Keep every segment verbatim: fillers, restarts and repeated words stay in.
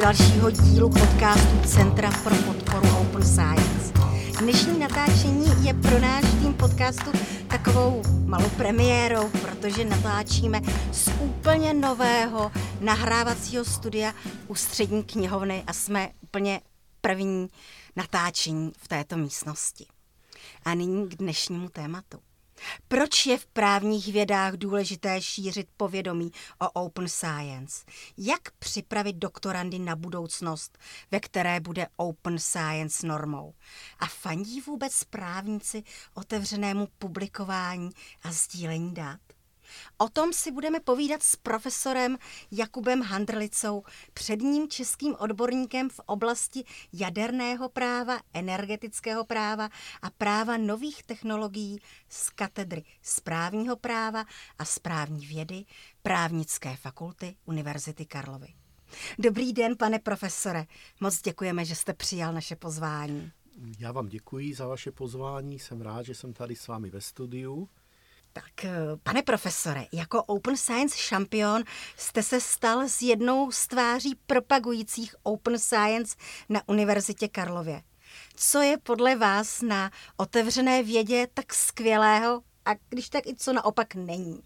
dalšího dílu podcastu Centra pro podporu Open Science. Dnešní natáčení je pro náš tým podcastu takovou malou premiérou, protože natáčíme z úplně nového nahrávacího studia u Střední knihovny a jsme úplně první natáčení v této místnosti. A nyní k dnešnímu tématu. Proč je v právních vědách důležité šířit povědomí o Open Science? Jak připravit doktorandy na budoucnost, ve které bude Open Science normou? A fandí vůbec právníci otevřenému publikování a sdílení dat? O tom si budeme povídat s profesorem Jakubem Handrlicou, předním českým odborníkem v oblasti jaderného práva, energetického práva a práva nových technologií z katedry správního práva a správní vědy Právnické fakulty Univerzity Karlovy. Dobrý den, pane profesore. Moc děkujeme, že jste přijal naše pozvání. Já vám děkuji za vaše pozvání. Jsem rád, že jsem tady s vámi ve studiu. Tak, pane profesore, jako Open Science šampion jste se stal s jednou z tváří propagujících Open Science na Univerzitě Karlově. Co je podle vás na otevřené vědě tak skvělého a když tak i co naopak není?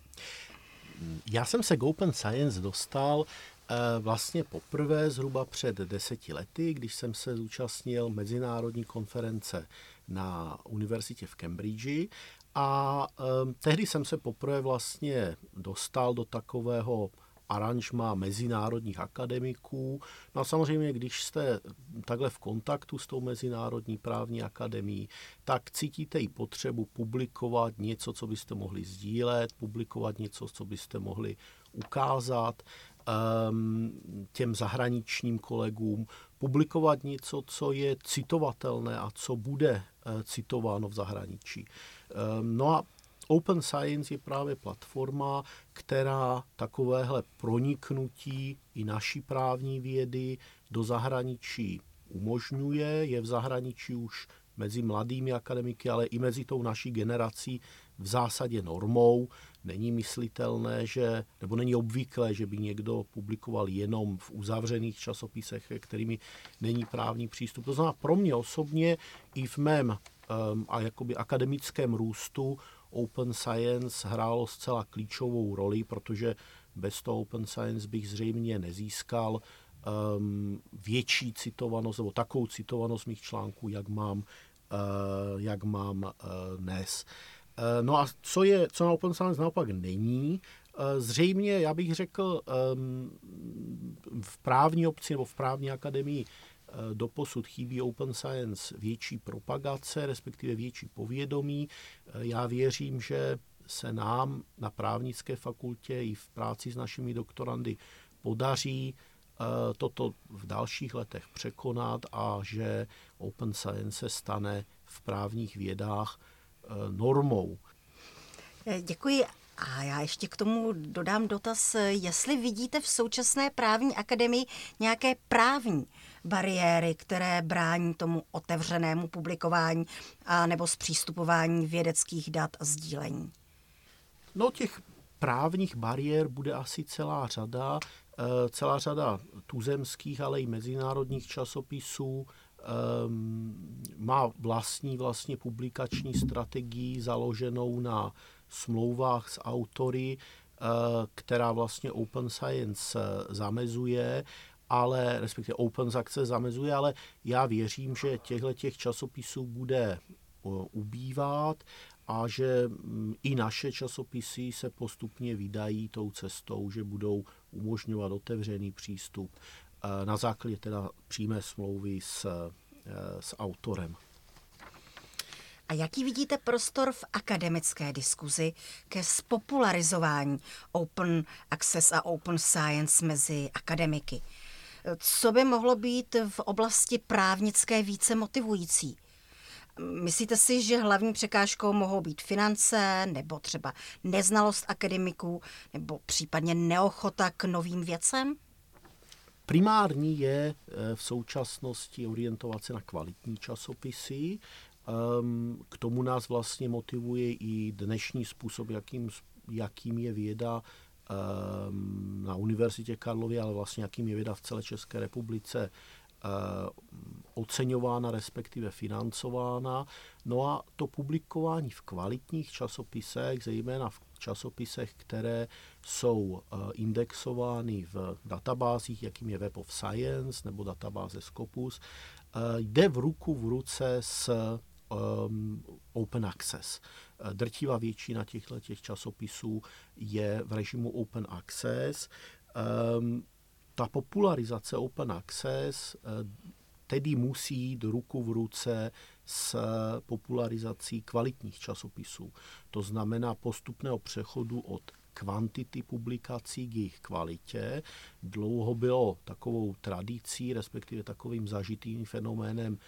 Já jsem se k Open Science dostal vlastně poprvé zhruba před deseti lety, když jsem se zúčastnil mezinárodní konference na univerzitě v Cambridge. A um, tehdy jsem se poprvé vlastně dostal do takového aranžma mezinárodních akademiků. No a samozřejmě, když jste takhle v kontaktu s tou mezinárodní právní akademií, tak cítíte i potřebu publikovat něco, co byste mohli sdílet, publikovat něco, co byste mohli ukázat um, těm zahraničním kolegům, publikovat něco, co je citovatelné a co bude uh, citováno v zahraničí. No a Open Science je právě platforma, která takovéhle proniknutí i naší právní vědy do zahraničí umožňuje. Je v zahraničí už mezi mladými akademiky, ale i mezi tou naší generací v zásadě normou. Není myslitelné, že, nebo není obvyklé, že by někdo publikoval jenom v uzavřených časopisech, kterými není právní přístup. To znamená pro mě osobně i v mém um, a jakoby akademickém růstu Open Science hrálo zcela klíčovou roli, protože bez toho Open Science bych zřejmě nezískal um, větší citovanost, nebo takovou citovanost mých článků, jak mám, uh, jak mám uh, dnes. Uh, no a co je, co na Open Science naopak není, uh, zřejmě, já bych řekl, um, v právní obci nebo v právní akademii doposud chybí Open Science větší propagace, respektive větší povědomí. Já věřím, že se nám na právnické fakultě i v práci s našimi doktorandy podaří toto v dalších letech překonat a že Open Science se stane v právních vědách normou. Děkuji. A já ještě k tomu dodám dotaz, jestli vidíte v současné právní akademii nějaké právní bariéry, které brání tomu otevřenému publikování a nebo zpřístupování vědeckých dat a sdílení. No těch právních bariér bude asi celá řada, celá řada tuzemských, ale i mezinárodních časopisů má vlastní vlastně publikační strategii založenou na smlouvách s autory, která vlastně Open Science zamezuje, ale respektive Open Access zamezuje, ale já věřím, že těchto těch časopisů bude ubývat a že i naše časopisy se postupně vydají tou cestou, že budou umožňovat otevřený přístup na základě teda přímé smlouvy s, s autorem. A jaký vidíte prostor v akademické diskuzi ke spopularizování Open Access a Open Science mezi akademiky? Co by mohlo být v oblasti právnické více motivující? Myslíte si, že hlavní překážkou mohou být finance, nebo třeba neznalost akademiků, nebo případně neochota k novým věcem? Primární je v současnosti orientovat se na kvalitní časopisy. K tomu nás vlastně motivuje i dnešní způsob, jakým, jakým je věda na Univerzitě Karlově, ale vlastně jakým je věda v celé České republice oceňována, respektive financována. No a to publikování v kvalitních časopisech, zejména v časopisech, které jsou indexovány v databázích, jakým je Web of Science nebo databáze Scopus, jde v ruku v ruce s um, Open Access. Drtivá většina těchto těch časopisů je v režimu Open Access. Um, ta popularizace Open Access tedy musí jít ruku v ruce s popularizací kvalitních časopisů. To znamená postupného přechodu od kvantity publikací k jejich kvalitě. Dlouho bylo takovou tradicí, respektive takovým zažitým fenoménem,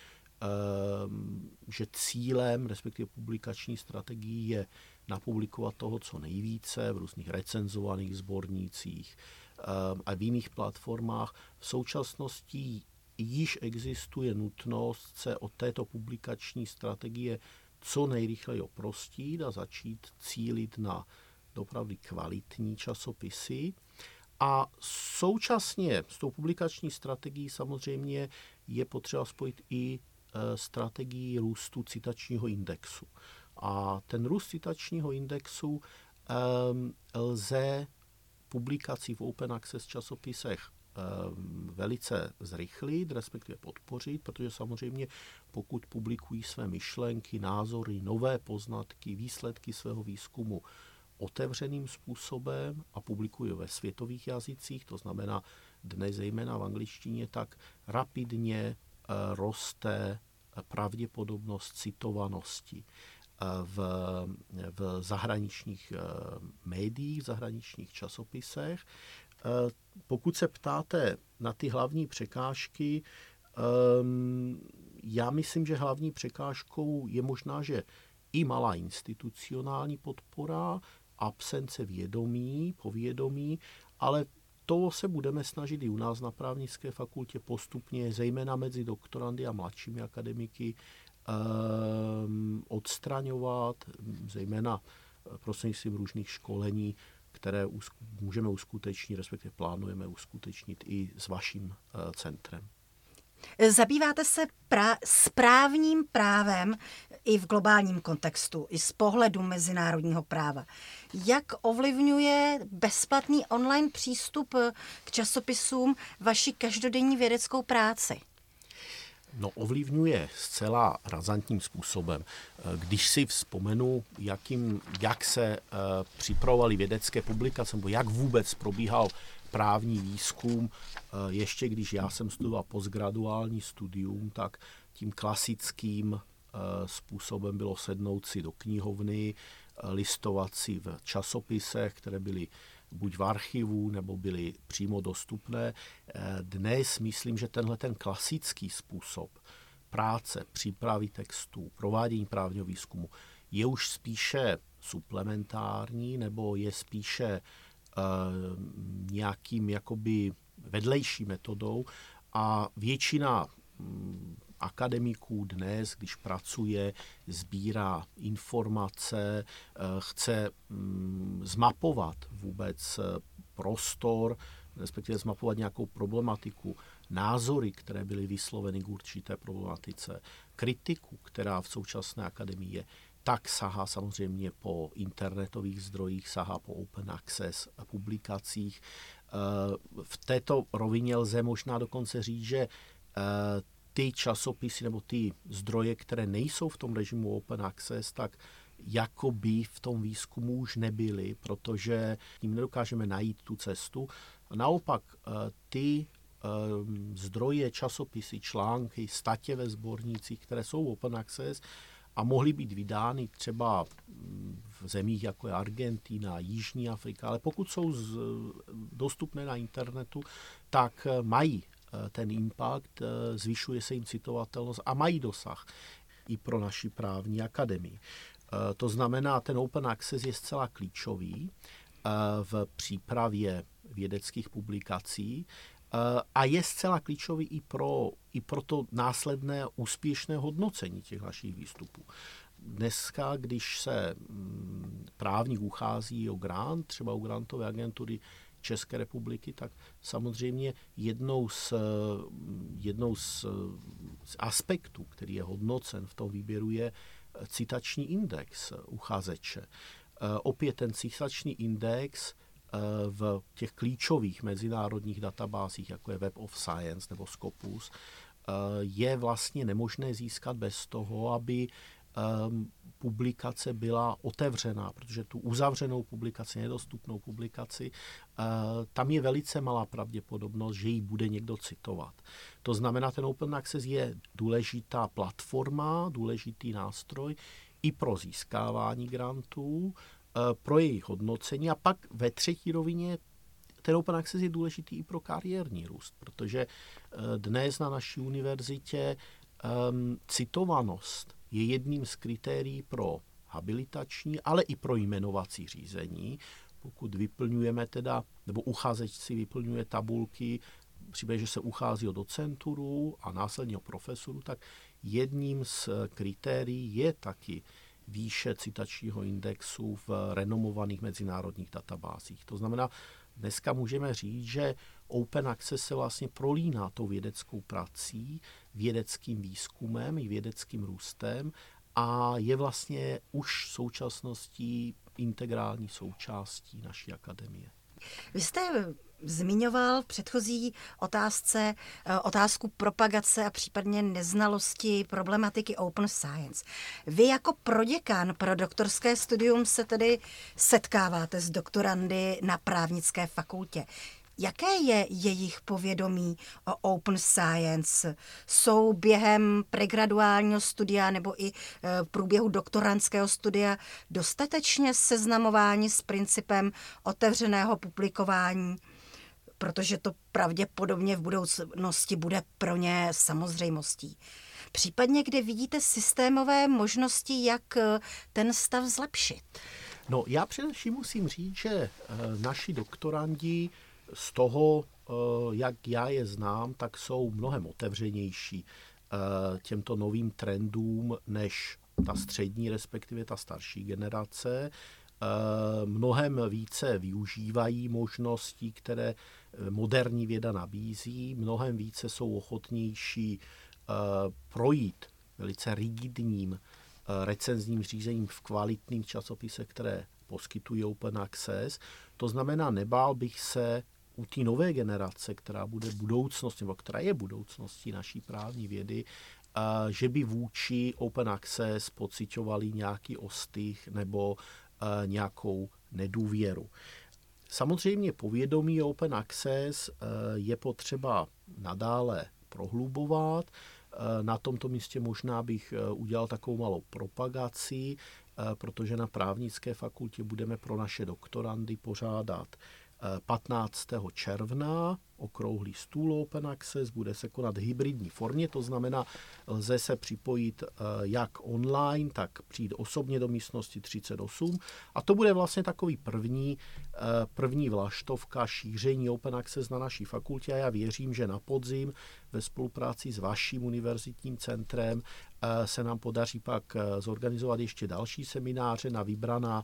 že cílem, respektive publikační strategií je napublikovat toho co nejvíce v různých recenzovaných sbornících a v jiných platformách. V současnosti již existuje nutnost se od této publikační strategie co nejrychleji oprostit a začít cílit na opravdu kvalitní časopisy. A současně s tou publikační strategií samozřejmě je potřeba spojit i strategii růstu citačního indexu. A ten růst citačního indexu um, lze publikací v Open Access časopisech um, velice zrychlit, respektive podpořit, protože samozřejmě pokud publikují své myšlenky, názory, nové poznatky, výsledky svého výzkumu otevřeným způsobem a publikují ve světových jazycích, to znamená dnes zejména v angličtině, tak rapidně uh, roste pravděpodobnost citovanosti v, v zahraničních médiích, v zahraničních časopisech. Pokud se ptáte na ty hlavní překážky, já myslím, že hlavní překážkou je možná, že i malá institucionální podpora, absence vědomí, povědomí, ale to se budeme snažit i u nás na právnické fakultě postupně, zejména mezi doktorandy a mladšími akademiky, um, odstraňovat, zejména prostřednictvím různých školení, které usku, můžeme uskutečnit, respektive plánujeme uskutečnit i s vaším uh, centrem. Zabýváte se pra- správním právem i v globálním kontextu, i z pohledu mezinárodního práva. Jak ovlivňuje bezplatný online přístup k časopisům vaši každodenní vědeckou práci? No, ovlivňuje zcela razantním způsobem. Když si vzpomenu, jakým, jak se uh, připravovaly vědecké publikace, nebo jak vůbec probíhal právní výzkum, ještě když já jsem studoval postgraduální studium, tak tím klasickým způsobem bylo sednout si do knihovny, listovat si v časopisech, které byly buď v archivu, nebo byly přímo dostupné. Dnes myslím, že tenhle ten klasický způsob práce, přípravy textů, provádění právního výzkumu je už spíše suplementární, nebo je spíše nějakým jakoby vedlejší metodou a většina akademiků dnes, když pracuje, sbírá informace, chce zmapovat vůbec prostor, respektive zmapovat nějakou problematiku, názory, které byly vysloveny k určité problematice, kritiku, která v současné akademii je, tak sahá samozřejmě po internetových zdrojích, sahá po open access publikacích. V této rovině lze možná dokonce říct, že ty časopisy nebo ty zdroje, které nejsou v tom režimu open access, tak jako by v tom výzkumu už nebyly, protože tím nedokážeme najít tu cestu. Naopak ty zdroje, časopisy, články, statě ve sbornících, které jsou open access, a mohly být vydány třeba v zemích jako je Argentina, Jižní Afrika, ale pokud jsou z, dostupné na internetu, tak mají ten impact, zvyšuje se jim citovatelnost a mají dosah i pro naši právní akademii. To znamená, ten open access je zcela klíčový v přípravě vědeckých publikací a je zcela klíčový i pro, i pro to následné úspěšné hodnocení těch našich výstupů. dneska, když se právník uchází o grant, třeba u grantové agentury České republiky, tak samozřejmě jednou z, jednou z, z aspektů, který je hodnocen v tom výběru, je citační index uchazeče. Opět ten citační index v těch klíčových mezinárodních databázích, jako je Web of Science nebo Scopus, je vlastně nemožné získat bez toho, aby publikace byla otevřená, protože tu uzavřenou publikaci, nedostupnou publikaci, tam je velice malá pravděpodobnost, že ji bude někdo citovat. To znamená, ten Open Access je důležitá platforma, důležitý nástroj i pro získávání grantů, pro jejich hodnocení a pak ve třetí rovině ten Open Access je důležitý i pro kariérní růst, protože dnes na naší univerzitě um, citovanost je jedním z kritérií pro habilitační, ale i pro jmenovací řízení. Pokud vyplňujeme teda, nebo uchazeč si vyplňuje tabulky, v případě, že se uchází o docenturu a následně o profesoru, tak jedním z kritérií je taky výše citačního indexu v renomovaných mezinárodních databázích. To znamená, dneska můžeme říct, že Open Access se vlastně prolíná tou vědeckou prací, vědeckým výzkumem i vědeckým růstem a je vlastně už v současnosti integrální součástí naší akademie. Vy jste zmiňoval v předchozí otázce otázku propagace a případně neznalosti problematiky Open Science. Vy jako proděkan pro doktorské studium se tedy setkáváte s doktorandy na právnické fakultě. Jaké je jejich povědomí o Open Science? Jsou během pregraduálního studia nebo i v průběhu doktorandského studia dostatečně seznamováni s principem otevřeného publikování? Protože to pravděpodobně v budoucnosti bude pro ně samozřejmostí. Případně, kde vidíte systémové možnosti, jak ten stav zlepšit? No, já především musím říct, že naši doktorandi z toho, jak já je znám, tak jsou mnohem otevřenější těmto novým trendům než ta střední, respektive ta starší generace. Mnohem více využívají možností, které moderní věda nabízí, mnohem více jsou ochotnější projít velice rigidním recenzním řízením v kvalitných časopisech, které poskytují Open Access. To znamená, nebál bych se u té nové generace, která bude budoucnost, nebo která je budoucností naší právní vědy, že by vůči Open Access pociťovali nějaký ostych nebo nějakou nedůvěru. Samozřejmě povědomí Open Access je potřeba nadále prohlubovat. Na tomto místě možná bych udělal takovou malou propagaci, protože na právnické fakultě budeme pro naše doktorandy pořádat patnáctého června okrouhlý stůl Open Access, bude se konat v hybridní formě, to znamená, lze se připojit jak online, tak přijít osobně do místnosti třicet osm a to bude vlastně takový první, první vlaštovka šíření Open Access na naší fakultě a já věřím, že na podzim ve spolupráci s vaším univerzitním centrem se nám podaří pak zorganizovat ještě další semináře na vybraná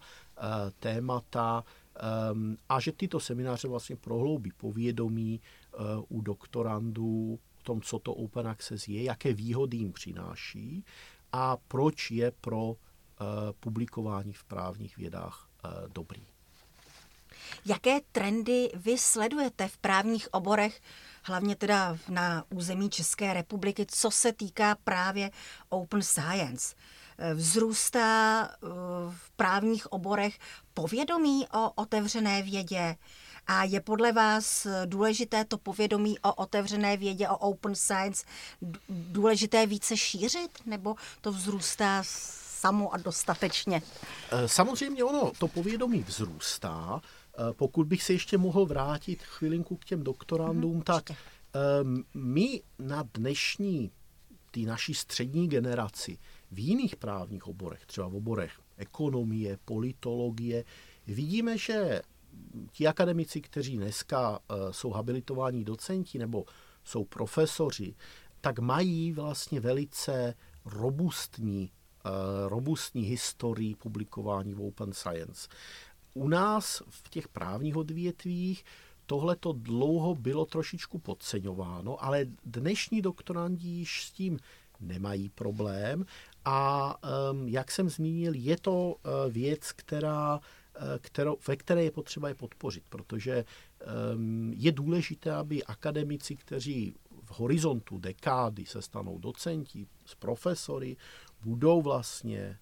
témata, Um, a že tyto semináře vlastně prohloubí povědomí uh, u doktorandů o tom, co to Open Access je, jaké výhody jim přináší a proč je pro uh, publikování v právních vědách uh, dobrý. Jaké trendy vy sledujete v právních oborech, hlavně teda na území České republiky, co se týká právě Open Science? Vzrůstá v právních oborech povědomí o otevřené vědě a je podle vás důležité to povědomí o otevřené vědě, o Open Science, důležité více šířit, nebo to vzrůstá samo a dostatečně? Samozřejmě ono, to povědomí vzrůstá. Pokud bych se ještě mohl vrátit chvilinku k těm doktorandům, hmm, tak my na dnešní, tý naší střední generaci, v jiných právních oborech, třeba v oborech ekonomie, politologie, vidíme, že ti akademici, kteří dneska jsou habilitovaní docenti nebo jsou profesoři, tak mají vlastně velice robustní robustní historii publikování v Open Science. U nás v těch právních odvětvích tohle to dlouho bylo trošičku podceňováno, ale dnešní doktorandi již s tím nemají problém a jak jsem zmínil, je to věc, která, kterou, ve které je potřeba je podpořit, protože je důležité, aby akademici, kteří v horizontu dekády se stanou docenti, s profesory, budou vlastně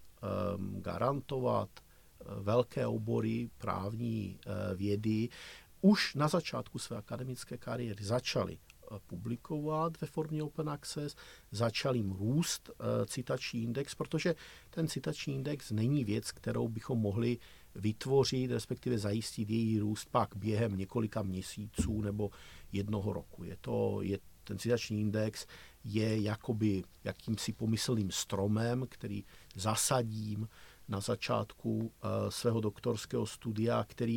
garantovat velké obory právní vědy, už na začátku své akademické kariéry začali publikovat ve formě Open Access, začal jim růst citační index, protože ten citační index není věc, kterou bychom mohli vytvořit, respektive zajistit její růst pak během několika měsíců nebo jednoho roku. Je to, je, ten citační index je jakoby jakýmsi pomyslným stromem, který zasadím na začátku uh, svého doktorského studia, který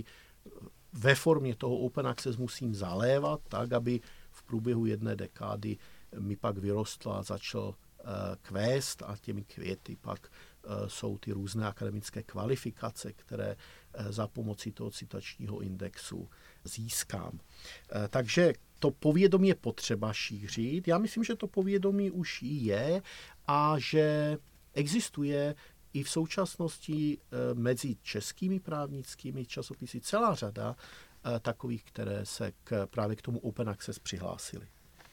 ve formě toho Open Access musím zalévat tak, aby v průběhu jedné dekády mi pak vyrostl a začal uh, kvést a těmi květy pak uh, jsou ty různé akademické kvalifikace, které uh, za pomocí toho citačního indexu získám. Uh, takže to povědomí je potřeba šířit. Já myslím, že to povědomí už je a že existuje i v současnosti mezi českými právnickými časopisy celá řada takových, které se k, právě k tomu Open Access přihlásily.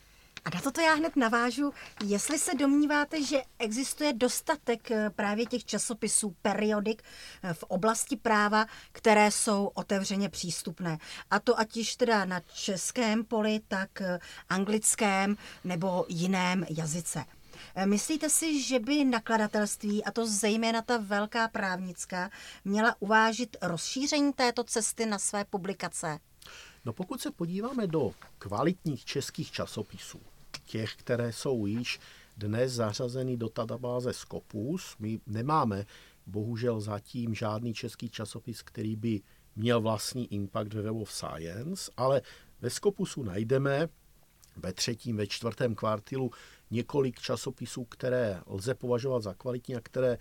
A na toto já hned navážu, jestli se domníváte, že existuje dostatek právě těch časopisů, periodik v oblasti práva, které jsou otevřeně přístupné. A to ať již teda na českém poli, tak anglickém nebo jiném jazyce. Myslíte si, že by nakladatelství, a to zejména ta velká právnická, měla uvážit rozšíření této cesty na své publikace? No pokud se podíváme do kvalitních českých časopisů, těch, které jsou již dnes zařazeny do databáze Scopus, my nemáme bohužel zatím žádný český časopis, který by měl vlastní impact ve Web of Science, ale ve Scopusu najdeme ve třetím, ve čtvrtém kvartilu několik časopisů, které lze považovat za kvalitní a které,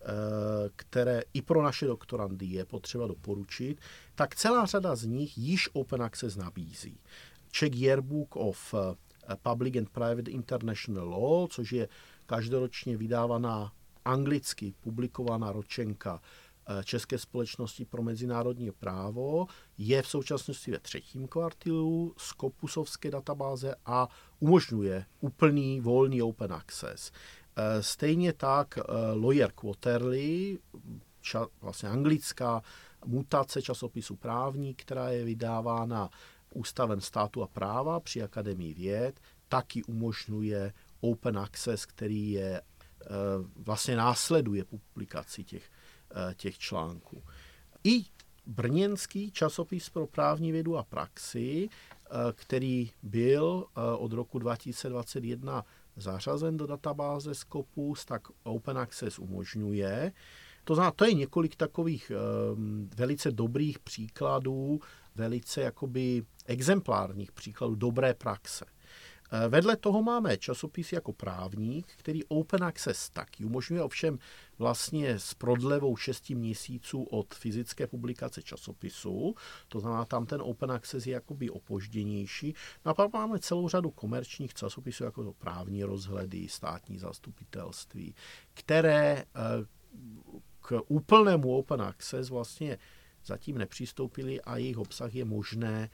které i pro naše doktorandy je potřeba doporučit, tak celá řada z nich již Open Access nabízí. Czech Yearbook of Public and Private International Law, což je každoročně vydávaná anglicky publikovaná ročenka České společnosti pro mezinárodní právo, je v současnosti ve třetím kvartilu Scopusovské databáze a umožňuje úplný volný Open Access. Stejně tak Lawyer Quarterly, ča, vlastně anglická mutace časopisu právní, která je vydávána Ústavem státu a práva při Akademii věd, taky umožňuje Open Access, který je vlastně následuje publikaci těch těch článků. I brněnský časopis pro právní vědu a praxi, který byl od roku dva tisíce dvacet jedna zařazen do databáze Scopus, tak Open Access umožňuje. To znamená, to je několik takových um, velice dobrých příkladů, velice jakoby exemplárních příkladů dobré praxe. Vedle toho máme časopis jako právník, který Open Access taky umožňuje, ovšem vlastně s prodlevou šesti měsíců od fyzické publikace časopisu. To znamená, tam ten Open Access je jakoby opožděnější. No a pak máme celou řadu komerčních časopisů, jako to právní rozhledy, státní zastupitelství, které k úplnému Open Access vlastně zatím nepřistoupili a jejich obsah je možné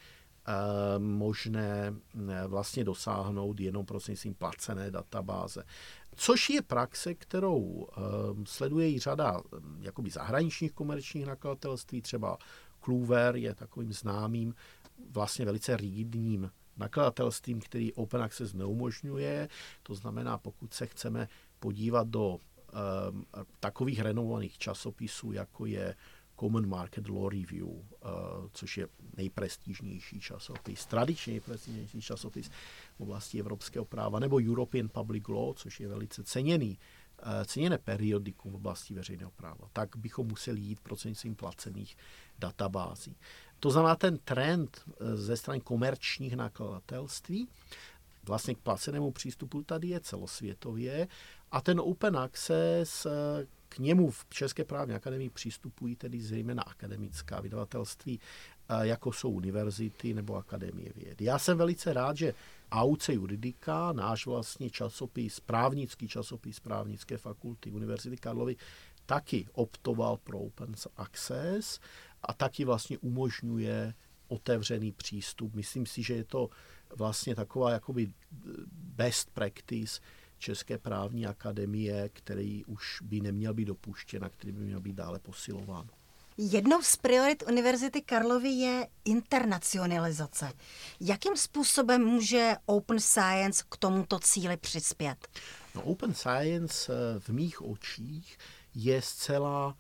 možné vlastně dosáhnout jenom prostřednictvím placené databáze. Což je praxe, kterou sleduje i řada jakoby zahraničních komerčních nakladatelství, třeba Kluwer je takovým známým, vlastně velice rigidním nakladatelstvím, který Open Access neumožňuje. To znamená, pokud se chceme podívat do um, takových renomovaných časopisů, jako je Common Market Law Review, uh, což je nejprestižnější časopis, tradičně nejprestižnější časopis v oblasti evropského práva, nebo European Public Law, což je velice ceněný, uh, ceněné periodikum v oblasti veřejného práva. Tak bychom museli jít prostřednictvím placených databází. To znamená, ten trend ze strany komerčních nakladatelství vlastně k placenému přístupu tady je celosvětově A ten open access, k němu v České právní akademii přistupují tedy zejména akademická vydavatelství, jako jsou univerzity nebo akademie věd. Já jsem velice rád, že Auce Juridika, náš vlastně časopis, právnický časopis právnické fakulty Univerzity Karlovy, taky optoval pro open access a taky vlastně umožňuje otevřený přístup. Myslím si, že je to vlastně taková jakoby best practice České právní akademie, který už by neměl být dopuštěn a který by měl být dále posilován. Jednou z priorit Univerzity Karlovy je internacionalizace. Jakým způsobem může Open Science k tomuto cíli přispět? No, Open Science v mých očích je zcela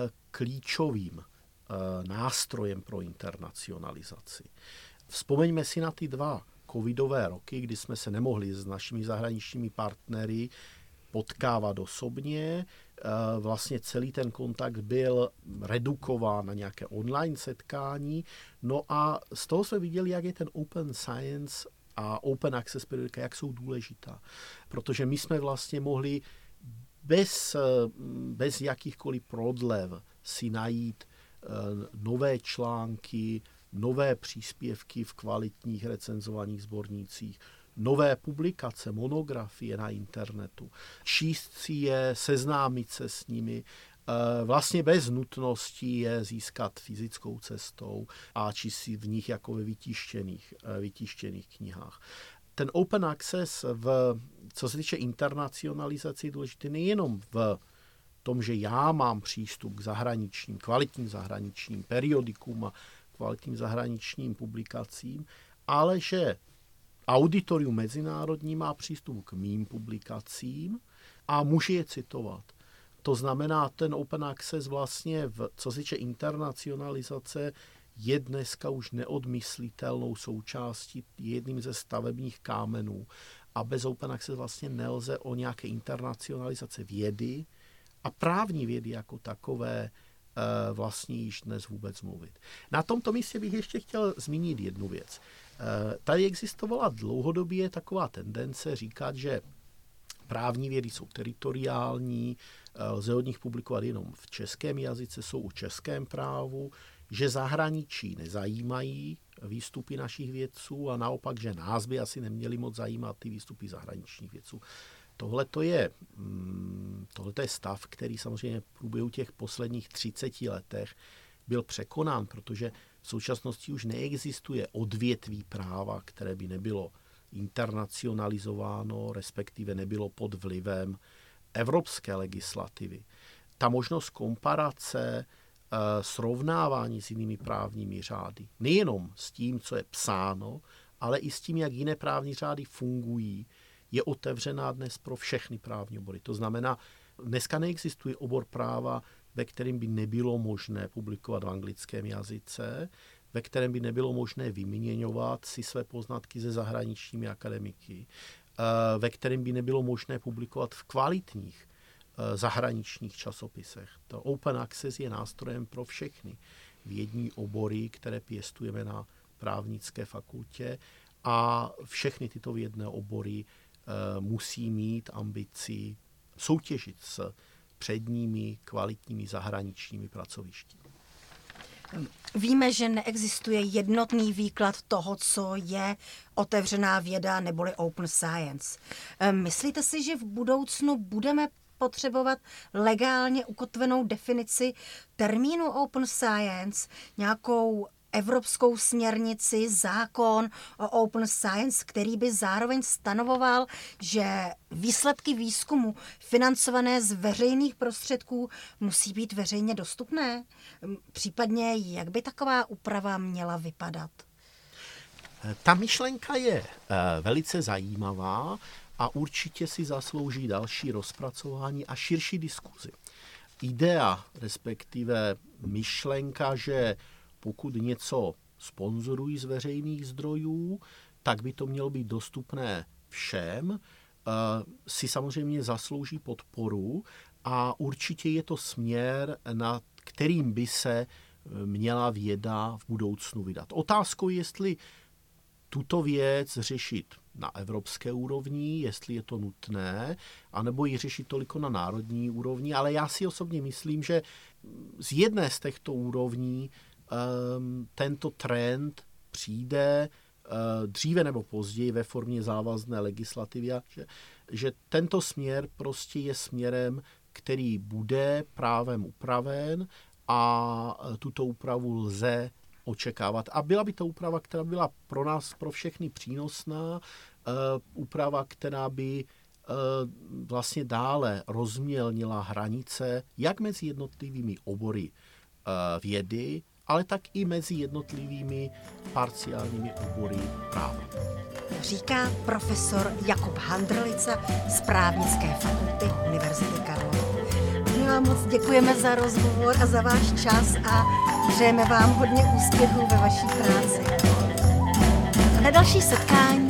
klíčovým nástrojem pro internacionalizaci. Vzpomeňme si na ty dva covidové roky, kdy jsme se nemohli s našimi zahraničními partnery potkávat osobně. Vlastně celý ten kontakt byl redukován na nějaké online setkání. No a z toho jsme viděli, jak je ten Open Science a Open Access periodika, jak jsou důležitá. Protože my jsme vlastně mohli bez, bez jakýchkoliv prodlev si najít nové články, nové příspěvky v kvalitních recenzovaných sbornících, nové publikace, monografie na internetu, číst si je, seznámit se s nimi, vlastně bez nutnosti je získat fyzickou cestou a číst si v nich jako ve vytištěných, vytištěných knihách. Ten open access, v, co se týče internacionalizace, je důležitý nejenom v tom, že já mám přístup k zahraničním, kvalitním zahraničním periodikům a kvalitním zahraničním publikacím, ale že auditorium mezinárodní má přístup k mým publikacím a může je citovat. To znamená, ten open access vlastně, v, co se týče internacionalizace, je dneska už neodmyslitelnou součástí, jedním ze stavebních kámenů. A bez open access vlastně nelze o nějaké internacionalizace vědy a právní vědy jako takové vlastně již dnes vůbec mluvit. Na tomto místě bych ještě chtěl zmínit jednu věc. Tady existovala dlouhodobě taková tendence říkat, že právní vědy jsou teritoriální, lze od nich publikovat jenom v českém jazyce, jsou o českém právu, že zahraničí nezajímají výstupy našich vědců a naopak, že nás by asi neměly moc zajímat ty výstupy zahraničních vědců. Tohle to je, tohle je stav, který samozřejmě v průběhu těch posledních třiceti letech byl překonán, protože v současnosti už neexistuje odvětví práva, které by nebylo internacionalizováno, respektive nebylo pod vlivem evropské legislativy. Ta možnost komparace, srovnávání s jinými právními řády, nejenom s tím, co je psáno, ale i s tím, jak jiné právní řády fungují, je otevřená dnes pro všechny právní obory. To znamená, dneska neexistuje obor práva, ve kterém by nebylo možné publikovat v anglickém jazyce, ve kterém by nebylo možné vyměňovat si své poznatky se zahraničními akademiky, ve kterém by nebylo možné publikovat v kvalitních zahraničních časopisech. To open access je nástrojem pro všechny vědní obory, které pěstujeme na právnické fakultě, a všechny tyto vědné obory musí mít ambici soutěžit s předními kvalitními zahraničními pracovišti. Víme, že neexistuje jednotný výklad toho, co je otevřená věda neboli open science. Myslíte si, že v budoucnu budeme potřebovat legálně ukotvenou definici termínu open science, nějakou evropskou směrnici, zákon o open science, který by zároveň stanovoval, že výsledky výzkumu financované z veřejných prostředků musí být veřejně dostupné? Případně, jak by taková úprava měla vypadat? Ta myšlenka je velice zajímavá a určitě si zaslouží další rozpracování a širší diskuzi. Idea, respektive myšlenka, že pokud něco sponzorují z veřejných zdrojů, tak by to mělo být dostupné všem, si samozřejmě zaslouží podporu a určitě je to směr, nad kterým by se měla věda v budoucnu vydat. Otázkou je, jestli tuto věc řešit na evropské úrovni, jestli je to nutné, anebo ji řešit toliko na národní úrovni, ale já si osobně myslím, že z jedné z těchto úrovní um, tento trend přijde uh, dříve nebo později ve formě závazné legislativy, že, že tento směr prostě je směrem, který bude právem upraven a tuto úpravu lze očekávat. A byla by to úprava, která byla pro nás, pro všechny přínosná, uh, úprava, která by uh, vlastně dále rozmělnila hranice jak mezi jednotlivými obory uh, vědy, ale tak i mezi jednotlivými parciálními obory práva. Říká profesor Jakub Handrlica z Právnické fakulty Univerzity Karlovy. My vám moc děkujeme za rozhovor a za váš čas a přejeme vám hodně úspěchů ve vaší práci. A na další setkání